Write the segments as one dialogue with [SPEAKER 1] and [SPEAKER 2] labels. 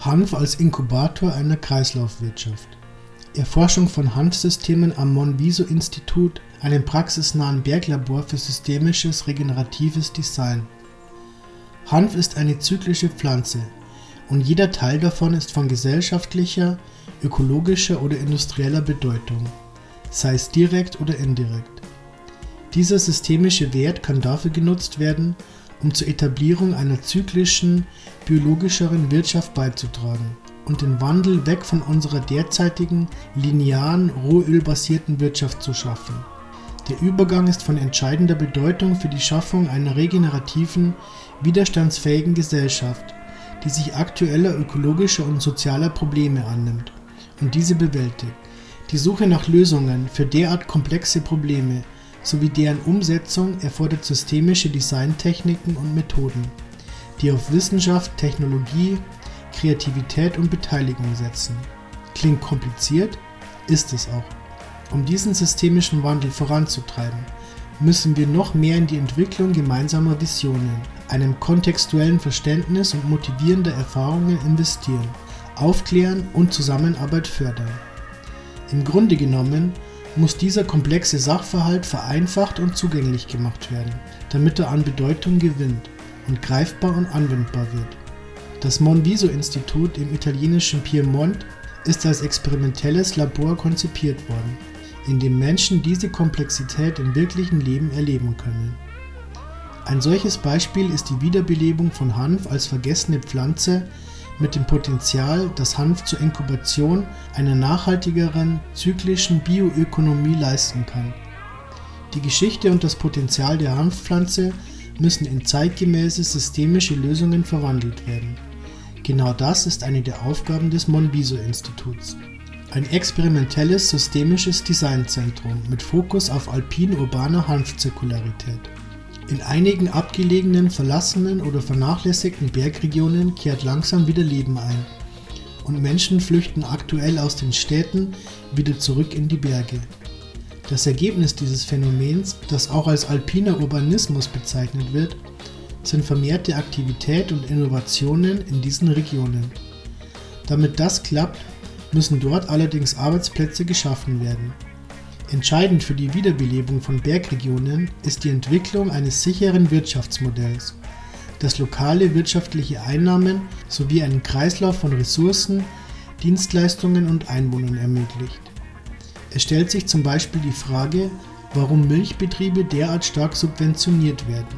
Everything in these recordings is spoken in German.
[SPEAKER 1] Hanf als Inkubator einer Kreislaufwirtschaft. Erforschung von Hanfsystemen am Monviso-Institut, einem praxisnahen Berglabor für systemisches regeneratives Design. Hanf ist eine zyklische Pflanze und jeder Teil davon ist von gesellschaftlicher, ökologischer oder industrieller Bedeutung, sei es direkt oder indirekt. Dieser systemische Wert kann dafür genutzt werden, um zur Etablierung einer zyklischen, biologischeren Wirtschaft beizutragen und den Wandel weg von unserer derzeitigen, linearen, rohölbasierten Wirtschaft zu schaffen. Der Übergang ist von entscheidender Bedeutung für die Schaffung einer regenerativen, widerstandsfähigen Gesellschaft, die sich aktueller ökologischer und sozialer Probleme annimmt und diese bewältigt. Die Suche nach Lösungen für derart komplexe Probleme sowie deren Umsetzung erfordert systemische Designtechniken und Methoden, die auf Wissenschaft, Technologie, Kreativität und Beteiligung setzen. Klingt kompliziert? Ist es auch. Um diesen systemischen Wandel voranzutreiben, müssen wir noch mehr in die Entwicklung gemeinsamer Visionen, einem kontextuellen Verständnis und motivierender Erfahrungen investieren, aufklären und Zusammenarbeit fördern. Im Grunde genommen muss dieser komplexe Sachverhalt vereinfacht und zugänglich gemacht werden, damit er an Bedeutung gewinnt und greifbar und anwendbar wird. Das Monviso-Institut im italienischen Piemont ist als experimentelles Labor konzipiert worden, in dem Menschen diese Komplexität im wirklichen Leben erleben können. Ein solches Beispiel ist die Wiederbelebung von Hanf als vergessene Pflanze mit dem Potenzial, das Hanf zur Inkubation einer nachhaltigeren, zyklischen Bioökonomie leisten kann. Die Geschichte und das Potenzial der Hanfpflanze müssen in zeitgemäße systemische Lösungen verwandelt werden. Genau das ist eine der Aufgaben des Monviso-Instituts. Ein experimentelles systemisches Designzentrum mit Fokus auf alpin-urbaner Hanfzirkularität. In einigen abgelegenen, verlassenen oder vernachlässigten Bergregionen kehrt langsam wieder Leben ein und Menschen flüchten aktuell aus den Städten wieder zurück in die Berge. Das Ergebnis dieses Phänomens, das auch als alpiner Urbanismus bezeichnet wird, sind vermehrte Aktivität und Innovationen in diesen Regionen. Damit das klappt, müssen dort allerdings Arbeitsplätze geschaffen werden. Entscheidend für die Wiederbelebung von Bergregionen ist die Entwicklung eines sicheren Wirtschaftsmodells, das lokale wirtschaftliche Einnahmen sowie einen Kreislauf von Ressourcen, Dienstleistungen und Einwohnern ermöglicht. Es stellt sich zum Beispiel die Frage, warum Milchbetriebe derart stark subventioniert werden.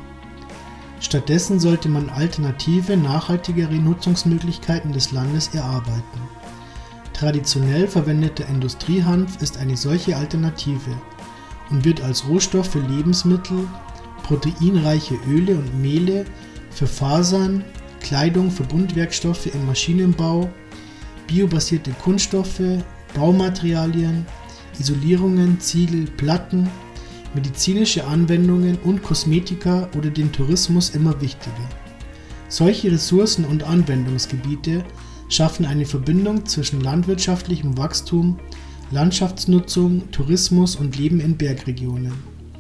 [SPEAKER 1] Stattdessen sollte man alternative, nachhaltigere Nutzungsmöglichkeiten des Landes erarbeiten. Traditionell verwendeter Industriehanf ist eine solche Alternative und wird als Rohstoff für Lebensmittel, proteinreiche Öle und Mehle, für Fasern, Kleidung, Verbundwerkstoffe im Maschinenbau, biobasierte Kunststoffe, Baumaterialien, Isolierungen, Ziegel, Platten, medizinische Anwendungen und Kosmetika oder den Tourismus immer wichtiger. Solche Ressourcen und Anwendungsgebiete schaffen eine Verbindung zwischen landwirtschaftlichem Wachstum, Landschaftsnutzung, Tourismus und Leben in Bergregionen.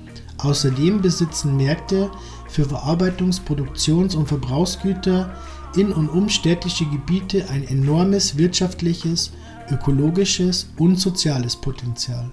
[SPEAKER 1] Außerdem besitzen Märkte für Verarbeitungs-, Produktions- und Verbrauchsgüter in und um städtische Gebiete ein enormes wirtschaftliches, ökologisches und soziales Potenzial.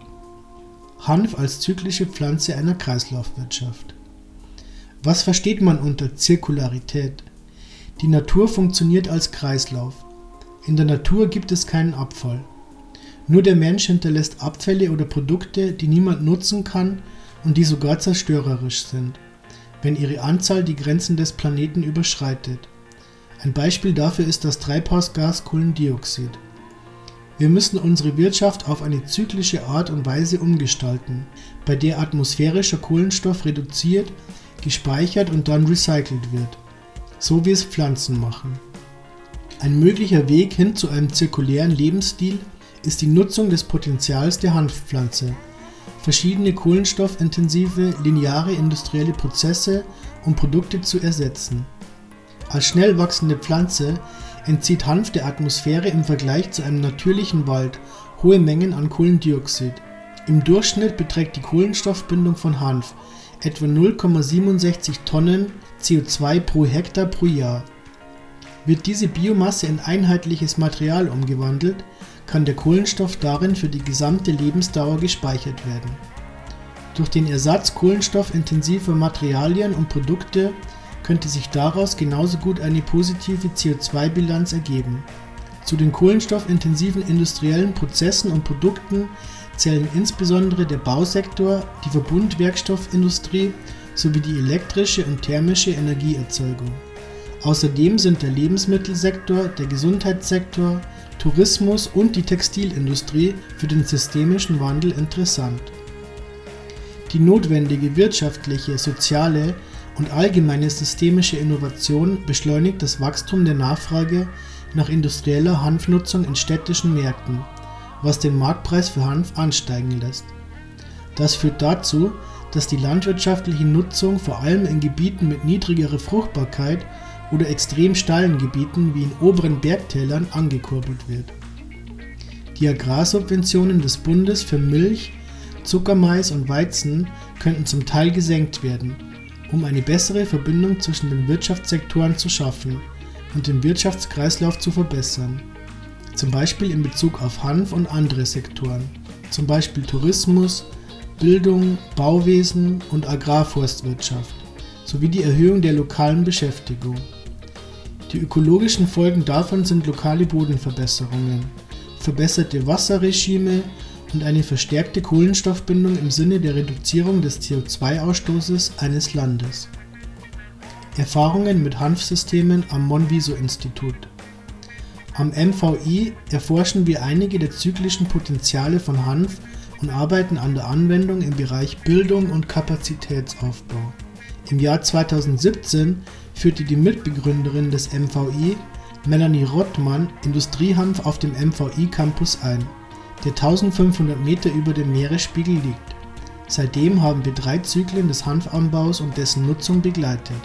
[SPEAKER 1] Hanf als zyklische Pflanze einer Kreislaufwirtschaft. Was versteht man unter Zirkularität? Die Natur funktioniert als Kreislauf. In der Natur gibt es keinen Abfall. Nur der Mensch hinterlässt Abfälle oder Produkte, die niemand nutzen kann und die sogar zerstörerisch sind, wenn ihre Anzahl die Grenzen des Planeten überschreitet. Ein Beispiel dafür ist das Treibhausgas Kohlendioxid. Wir müssen unsere Wirtschaft auf eine zyklische Art und Weise umgestalten, bei der atmosphärischer Kohlenstoff reduziert, gespeichert und dann recycelt wird, so wie es Pflanzen machen. Ein möglicher Weg hin zu einem zirkulären Lebensstil ist die Nutzung des Potenzials der Hanfpflanze, verschiedene kohlenstoffintensive, lineare industrielle Prozesse und Produkte zu ersetzen. Als schnell wachsende Pflanze entzieht Hanf der Atmosphäre im Vergleich zu einem natürlichen Wald hohe Mengen an Kohlendioxid. Im Durchschnitt beträgt die Kohlenstoffbindung von Hanf etwa 0,67 Tonnen CO2 pro Hektar pro Jahr. Wird diese Biomasse in einheitliches Material umgewandelt, kann der Kohlenstoff darin für die gesamte Lebensdauer gespeichert werden. Durch den Ersatz kohlenstoffintensiver Materialien und Produkte könnte sich daraus genauso gut eine positive CO2-Bilanz ergeben. Zu den kohlenstoffintensiven industriellen Prozessen und Produkten zählen insbesondere der Bausektor, die Verbundwerkstoffindustrie sowie die elektrische und thermische Energieerzeugung. Außerdem sind der Lebensmittelsektor, der Gesundheitssektor, Tourismus und die Textilindustrie für den systemischen Wandel interessant. Die notwendige wirtschaftliche, soziale und allgemeine systemische Innovation beschleunigt das Wachstum der Nachfrage nach industrieller Hanfnutzung in städtischen Märkten, was den Marktpreis für Hanf ansteigen lässt. Das führt dazu, dass die landwirtschaftliche Nutzung vor allem in Gebieten mit niedrigerer Fruchtbarkeit oder extrem steilen Gebieten wie in oberen Bergtälern angekurbelt wird. Die Agrarsubventionen des Bundes für Milch, Zuckermais und Weizen könnten zum Teil gesenkt werden, um eine bessere Verbindung zwischen den Wirtschaftssektoren zu schaffen und den Wirtschaftskreislauf zu verbessern, zum Beispiel in Bezug auf Hanf und andere Sektoren, zum Beispiel Tourismus, Bildung, Bauwesen und Agrarforstwirtschaft, sowie die Erhöhung der lokalen Beschäftigung. Die ökologischen Folgen davon sind lokale Bodenverbesserungen, verbesserte Wasserregime und eine verstärkte Kohlenstoffbindung im Sinne der Reduzierung des CO2-Ausstoßes eines Landes. Erfahrungen mit Hanfsystemen am Monviso-Institut. Am MVI erforschen wir einige der zyklischen Potenziale von Hanf und arbeiten an der Anwendung im Bereich Bildung und Kapazitätsaufbau. Im Jahr 2017 führte die Mitbegründerin des MVI, Melanie Rottmann, Industriehanf auf dem MVI-Campus ein, der 1500 Meter über dem Meeresspiegel liegt. Seitdem haben wir 3 Zyklen des Hanfanbaus und dessen Nutzung begleitet.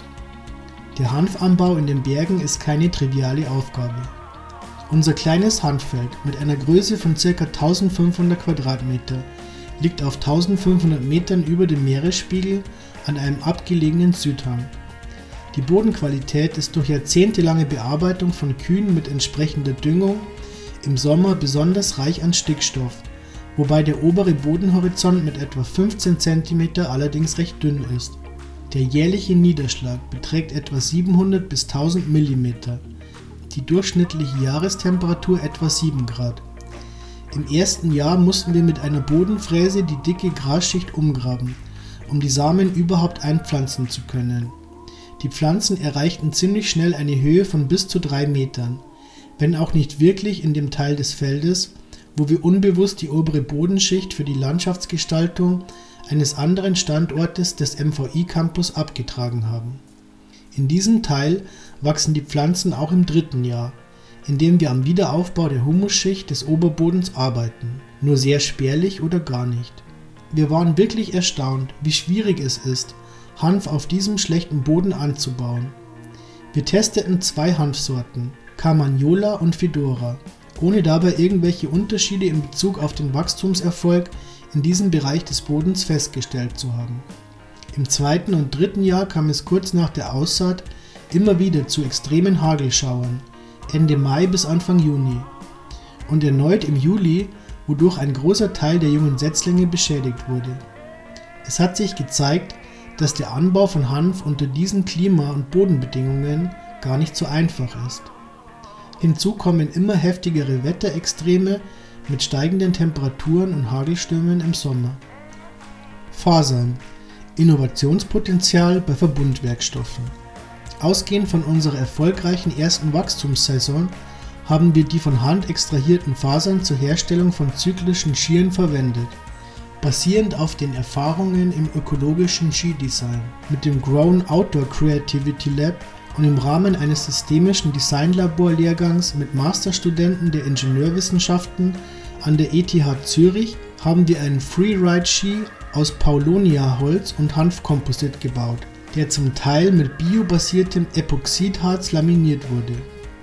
[SPEAKER 1] Der Hanfanbau in den Bergen ist keine triviale Aufgabe. Unser kleines Hanffeld mit einer Größe von ca. 1500 Quadratmeter liegt auf 1500 Metern über dem Meeresspiegel an einem abgelegenen Südhang. Die Bodenqualität ist durch jahrzehntelange Bearbeitung von Kühen mit entsprechender Düngung im Sommer besonders reich an Stickstoff, wobei der obere Bodenhorizont mit etwa 15 cm allerdings recht dünn ist. Der jährliche Niederschlag beträgt etwa 700 bis 1000 mm, die durchschnittliche Jahrestemperatur etwa 7 Grad. Im ersten Jahr mussten wir mit einer Bodenfräse die dicke Grasschicht umgraben, um die Samen überhaupt einpflanzen zu können. Die Pflanzen erreichten ziemlich schnell eine Höhe von bis zu 3 Metern, wenn auch nicht wirklich in dem Teil des Feldes, wo wir unbewusst die obere Bodenschicht für die Landschaftsgestaltung eines anderen Standortes des MVI-Campus abgetragen haben. In diesem Teil wachsen die Pflanzen auch im 3. Jahr, indem wir am Wiederaufbau der Humusschicht des Oberbodens arbeiten, nur sehr spärlich oder gar nicht. Wir waren wirklich erstaunt, wie schwierig es ist, Hanf auf diesem schlechten Boden anzubauen. Wir testeten 2 Hanfsorten, Carmagnola und Fedora, ohne dabei irgendwelche Unterschiede in Bezug auf den Wachstumserfolg in diesem Bereich des Bodens festgestellt zu haben. Im 2. und 3. Jahr kam es kurz nach der Aussaat immer wieder zu extremen Hagelschauern, Ende Mai bis Anfang Juni, und erneut im Juli, wodurch ein großer Teil der jungen Setzlinge beschädigt wurde. Es hat sich gezeigt, dass der Anbau von Hanf unter diesen Klima- und Bodenbedingungen gar nicht so einfach ist. Hinzu kommen immer heftigere Wetterextreme mit steigenden Temperaturen und Hagelstürmen im Sommer. Fasern. Innovationspotenzial bei Verbundwerkstoffen. Ausgehend von unserer erfolgreichen ersten Wachstumssaison haben wir die von Hand extrahierten Fasern zur Herstellung von zyklischen Skiern verwendet, basierend auf den Erfahrungen im ökologischen Skidesign mit dem Grown Outdoor Creativity Lab und im Rahmen eines systemischen Designlabor-Lehrgangs mit Masterstudenten der Ingenieurwissenschaften an der ETH Zürich haben wir einen Freeride-Ski aus Paulownia-Holz und Hanfkomposit gebaut, der zum Teil mit biobasiertem Epoxidharz laminiert wurde.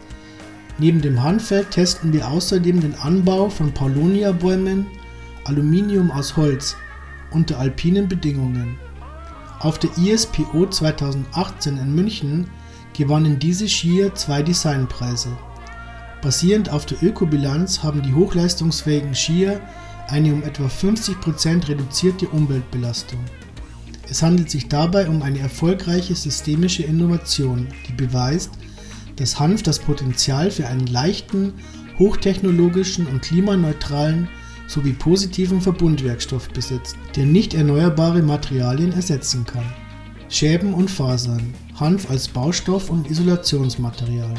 [SPEAKER 1] Neben dem Hanffeld testen wir außerdem den Anbau von Paulownia-Bäumen, Aluminium aus Holz, unter alpinen Bedingungen. Auf der ISPO 2018 in München gewannen diese Skier 2 Designpreise. Basierend auf der Ökobilanz haben die hochleistungsfähigen Skier eine um etwa 50% reduzierte Umweltbelastung. Es handelt sich dabei um eine erfolgreiche systemische Innovation, die beweist, dass Hanf das Potenzial für einen leichten, hochtechnologischen und klimaneutralen sowie positiven Verbundwerkstoff besitzt, der nicht erneuerbare Materialien ersetzen kann. Schäben und Fasern, Hanf als Baustoff und Isolationsmaterial.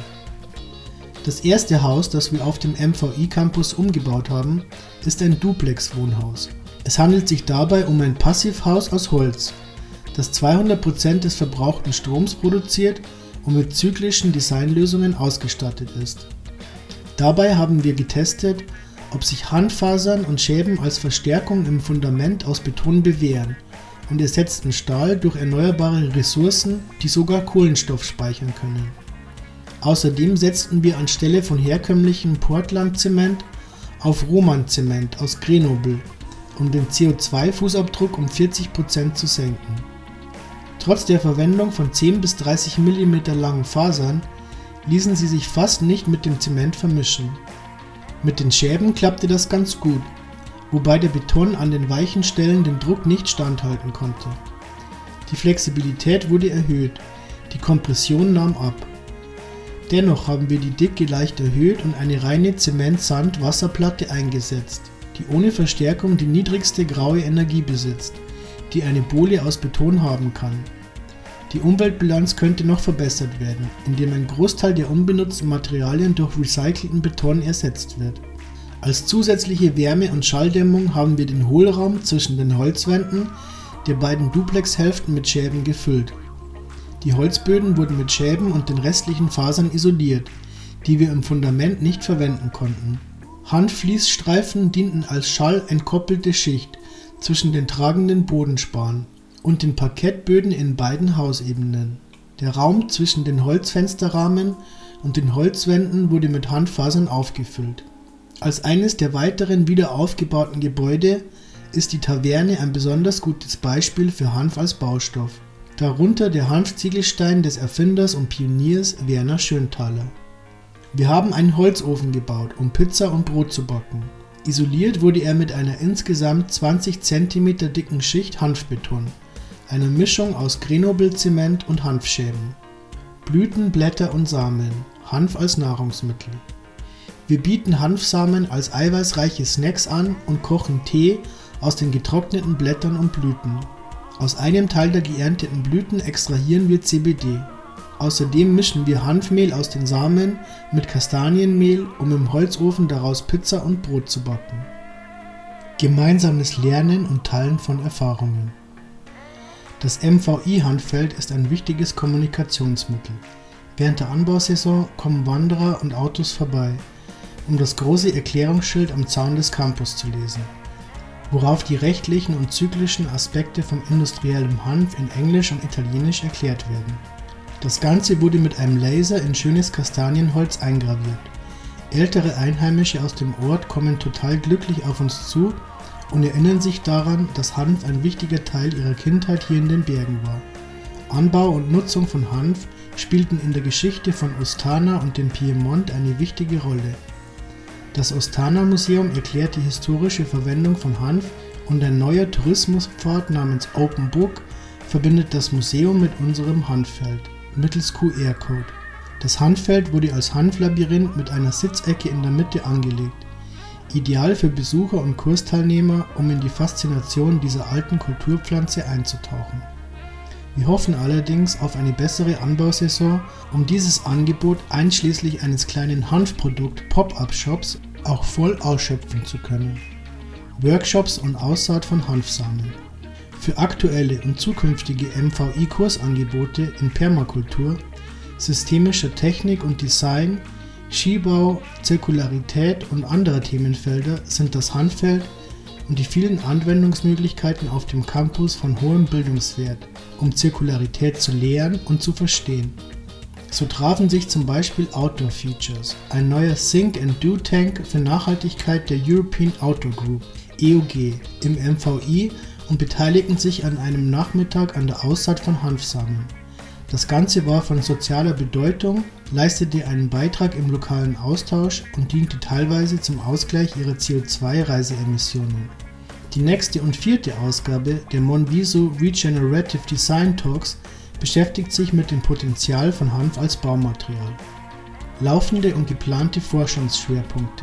[SPEAKER 1] Das erste Haus, das wir auf dem MVI-Campus umgebaut haben, ist ein Duplex-Wohnhaus. Es handelt sich dabei um ein Passivhaus aus Holz, das 200% des verbrauchten Stroms produziert und mit zyklischen Designlösungen ausgestattet ist. Dabei haben wir getestet, ob sich Hanffasern und Schäben als Verstärkung im Fundament aus Beton bewähren und ersetzten Stahl durch erneuerbare Ressourcen, die sogar Kohlenstoff speichern können. Außerdem setzten wir anstelle von herkömmlichem Portland-Zement auf Roman-Zement aus Grenoble, um den CO2-Fußabdruck um 40% zu senken. Trotz der Verwendung von 10 bis 30 mm langen Fasern ließen sie sich fast nicht mit dem Zement vermischen. Mit den Schäben klappte das ganz gut, wobei der Beton an den weichen Stellen den Druck nicht standhalten konnte. Die Flexibilität wurde erhöht, die Kompression nahm ab. Dennoch haben wir die Dicke leicht erhöht und eine reine Zement-Sand-Wasserplatte eingesetzt, die ohne Verstärkung die niedrigste graue Energie besitzt, die eine Bohle aus Beton haben kann. Die Umweltbilanz könnte noch verbessert werden, indem ein Großteil der unbenutzten Materialien durch recycelten Beton ersetzt wird. Als zusätzliche Wärme- und Schalldämmung haben wir den Hohlraum zwischen den Holzwänden der beiden Duplex-Hälften mit Schäben gefüllt. Die Holzböden wurden mit Schäben und den restlichen Fasern isoliert, die wir im Fundament nicht verwenden konnten. Hanffließstreifen dienten als schallentkoppelte Schicht zwischen den tragenden Bodensparren und den Parkettböden in beiden Hausebenen. Der Raum zwischen den Holzfensterrahmen und den Holzwänden wurde mit Hanffasern aufgefüllt. Als eines der weiteren wieder aufgebauten Gebäude ist die Taverne ein besonders gutes Beispiel für Hanf als Baustoff. Darunter der Hanfziegelstein des Erfinders und Pioniers Werner Schönthaler. Wir haben einen Holzofen gebaut, um Pizza und Brot zu backen. Isoliert wurde er mit einer insgesamt 20 cm dicken Schicht Hanfbeton, einer Mischung aus Grenoble-Zement und Hanfschäben. Blüten, Blätter und Samen, Hanf als Nahrungsmittel. Wir bieten Hanfsamen als eiweißreiche Snacks an und kochen Tee aus den getrockneten Blättern und Blüten. Aus einem Teil der geernteten Blüten extrahieren wir CBD. Außerdem mischen wir Hanfmehl aus den Samen mit Kastanienmehl, um im Holzofen daraus Pizza und Brot zu backen. Gemeinsames Lernen und Teilen von Erfahrungen. Das MVI-Hanffeld ist ein wichtiges Kommunikationsmittel. Während der Anbausaison kommen Wanderer und Autos vorbei, um das große Erklärungsschild am Zaun des Campus zu lesen, worauf die rechtlichen und zyklischen Aspekte vom industriellen Hanf in Englisch und Italienisch erklärt werden. Das Ganze wurde mit einem Laser in schönes Kastanienholz eingraviert. Ältere Einheimische aus dem Ort kommen total glücklich auf uns zu und erinnern sich daran, dass Hanf ein wichtiger Teil ihrer Kindheit hier in den Bergen war. Anbau und Nutzung von Hanf spielten in der Geschichte von Ostana und dem Piemont eine wichtige Rolle. Das Ostana-Museum erklärt die historische Verwendung von Hanf und ein neuer Tourismuspfad namens Open Book verbindet das Museum mit unserem Hanffeld mittels QR-Code. Das Hanffeld wurde als Hanflabyrinth mit einer Sitzecke in der Mitte angelegt, ideal für Besucher und Kursteilnehmer, um in die Faszination dieser alten Kulturpflanze einzutauchen. Wir hoffen allerdings auf eine bessere Anbausaison, um dieses Angebot einschließlich eines kleinen Hanfprodukt-Pop-up-Shops auch voll ausschöpfen zu können. Workshops und Aussaat von Hanfsamen. Für aktuelle und zukünftige MVI-Kursangebote in Permakultur, systemischer Technik und Design, Skibau, Zirkularität und anderer Themenfelder sind das Hanffeld und die vielen Anwendungsmöglichkeiten auf dem Campus von hohem Bildungswert, um Zirkularität zu lehren und zu verstehen. So trafen sich zum Beispiel Outdoor Features, ein neuer Think and Do Tank für Nachhaltigkeit der European Outdoor Group, EOG, im MVI und beteiligten sich an einem Nachmittag an der Aussaat von Hanfsamen. Das Ganze war von sozialer Bedeutung, leistete einen Beitrag im lokalen Austausch und diente teilweise zum Ausgleich ihrer CO2-Reiseemissionen. Die nächste und 4. Ausgabe der Monviso Regenerative Design Talks beschäftigt sich mit dem Potenzial von Hanf als Baumaterial. Laufende und geplante Forschungsschwerpunkte.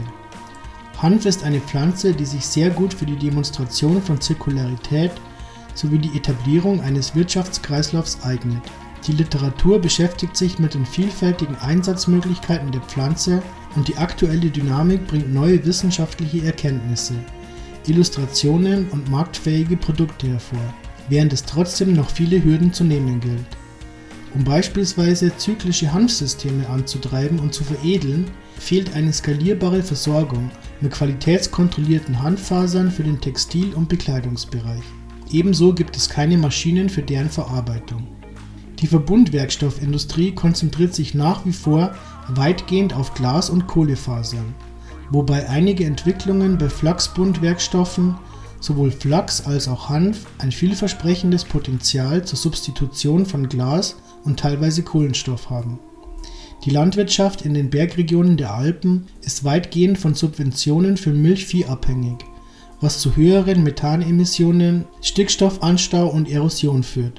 [SPEAKER 1] Hanf ist eine Pflanze, die sich sehr gut für die Demonstration von Zirkularität sowie die Etablierung eines Wirtschaftskreislaufs eignet. Die Literatur beschäftigt sich mit den vielfältigen Einsatzmöglichkeiten der Pflanze und die aktuelle Dynamik bringt neue wissenschaftliche Erkenntnisse, Illustrationen und marktfähige Produkte hervor, während es trotzdem noch viele Hürden zu nehmen gilt. Um beispielsweise zyklische Hanfsysteme anzutreiben und zu veredeln, fehlt eine skalierbare Versorgung mit qualitätskontrollierten Hanffasern für den Textil- und Bekleidungsbereich. Ebenso gibt es keine Maschinen für deren Verarbeitung. Die Verbundwerkstoffindustrie konzentriert sich nach wie vor weitgehend auf Glas- und Kohlefasern, wobei einige Entwicklungen bei Flachsbundwerkstoffen, sowohl Flachs als auch Hanf, ein vielversprechendes Potenzial zur Substitution von Glas und teilweise Kohlenstoff haben. Die Landwirtschaft in den Bergregionen der Alpen ist weitgehend von Subventionen für Milchvieh abhängig, was zu höheren Methanemissionen, Stickstoffanstau und Erosion führt.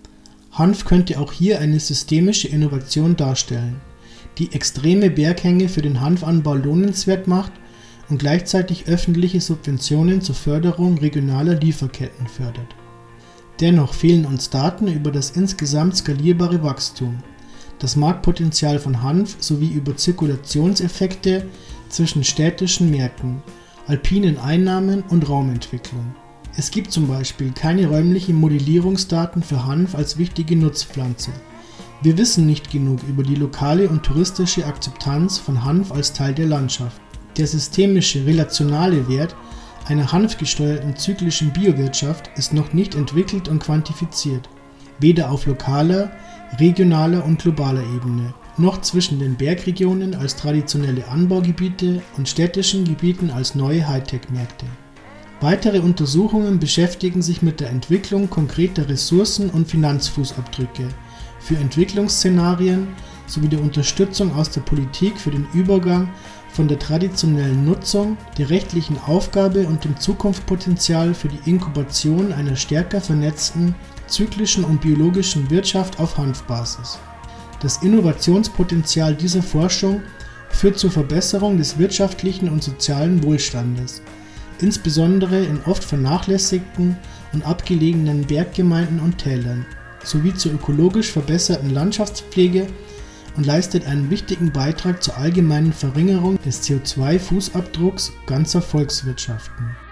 [SPEAKER 1] Hanf könnte auch hier eine systemische Innovation darstellen, die extreme Berghänge für den Hanfanbau lohnenswert macht und gleichzeitig öffentliche Subventionen zur Förderung regionaler Lieferketten fördert. Dennoch fehlen uns Daten über das insgesamt skalierbare Wachstum, das Marktpotenzial von Hanf sowie über Zirkulationseffekte zwischen städtischen Märkten, alpinen Einnahmen und Raumentwicklung. Es gibt zum Beispiel keine räumlichen Modellierungsdaten für Hanf als wichtige Nutzpflanze. Wir wissen nicht genug über die lokale und touristische Akzeptanz von Hanf als Teil der Landschaft. Der systemische relationale Wert einer hanfgesteuerten zyklischen Biowirtschaft ist noch nicht entwickelt und quantifiziert, weder auf lokaler, regionaler und globaler Ebene, noch zwischen den Bergregionen als traditionelle Anbaugebiete und städtischen Gebieten als neue Hightech-Märkte. Weitere Untersuchungen beschäftigen sich mit der Entwicklung konkreter Ressourcen- und Finanzfußabdrücke für Entwicklungsszenarien sowie der Unterstützung aus der Politik für den Übergang von der traditionellen Nutzung, der rechtlichen Aufgabe und dem Zukunftspotenzial für die Inkubation einer stärker vernetzten, zyklischen und biologischen Wirtschaft auf Hanfbasis. Das Innovationspotenzial dieser Forschung führt zur Verbesserung des wirtschaftlichen und sozialen Wohlstandes, insbesondere in oft vernachlässigten und abgelegenen Berggemeinden und Tälern, sowie zur ökologisch verbesserten Landschaftspflege und leistet einen wichtigen Beitrag zur allgemeinen Verringerung des CO2-Fußabdrucks ganzer Volkswirtschaften.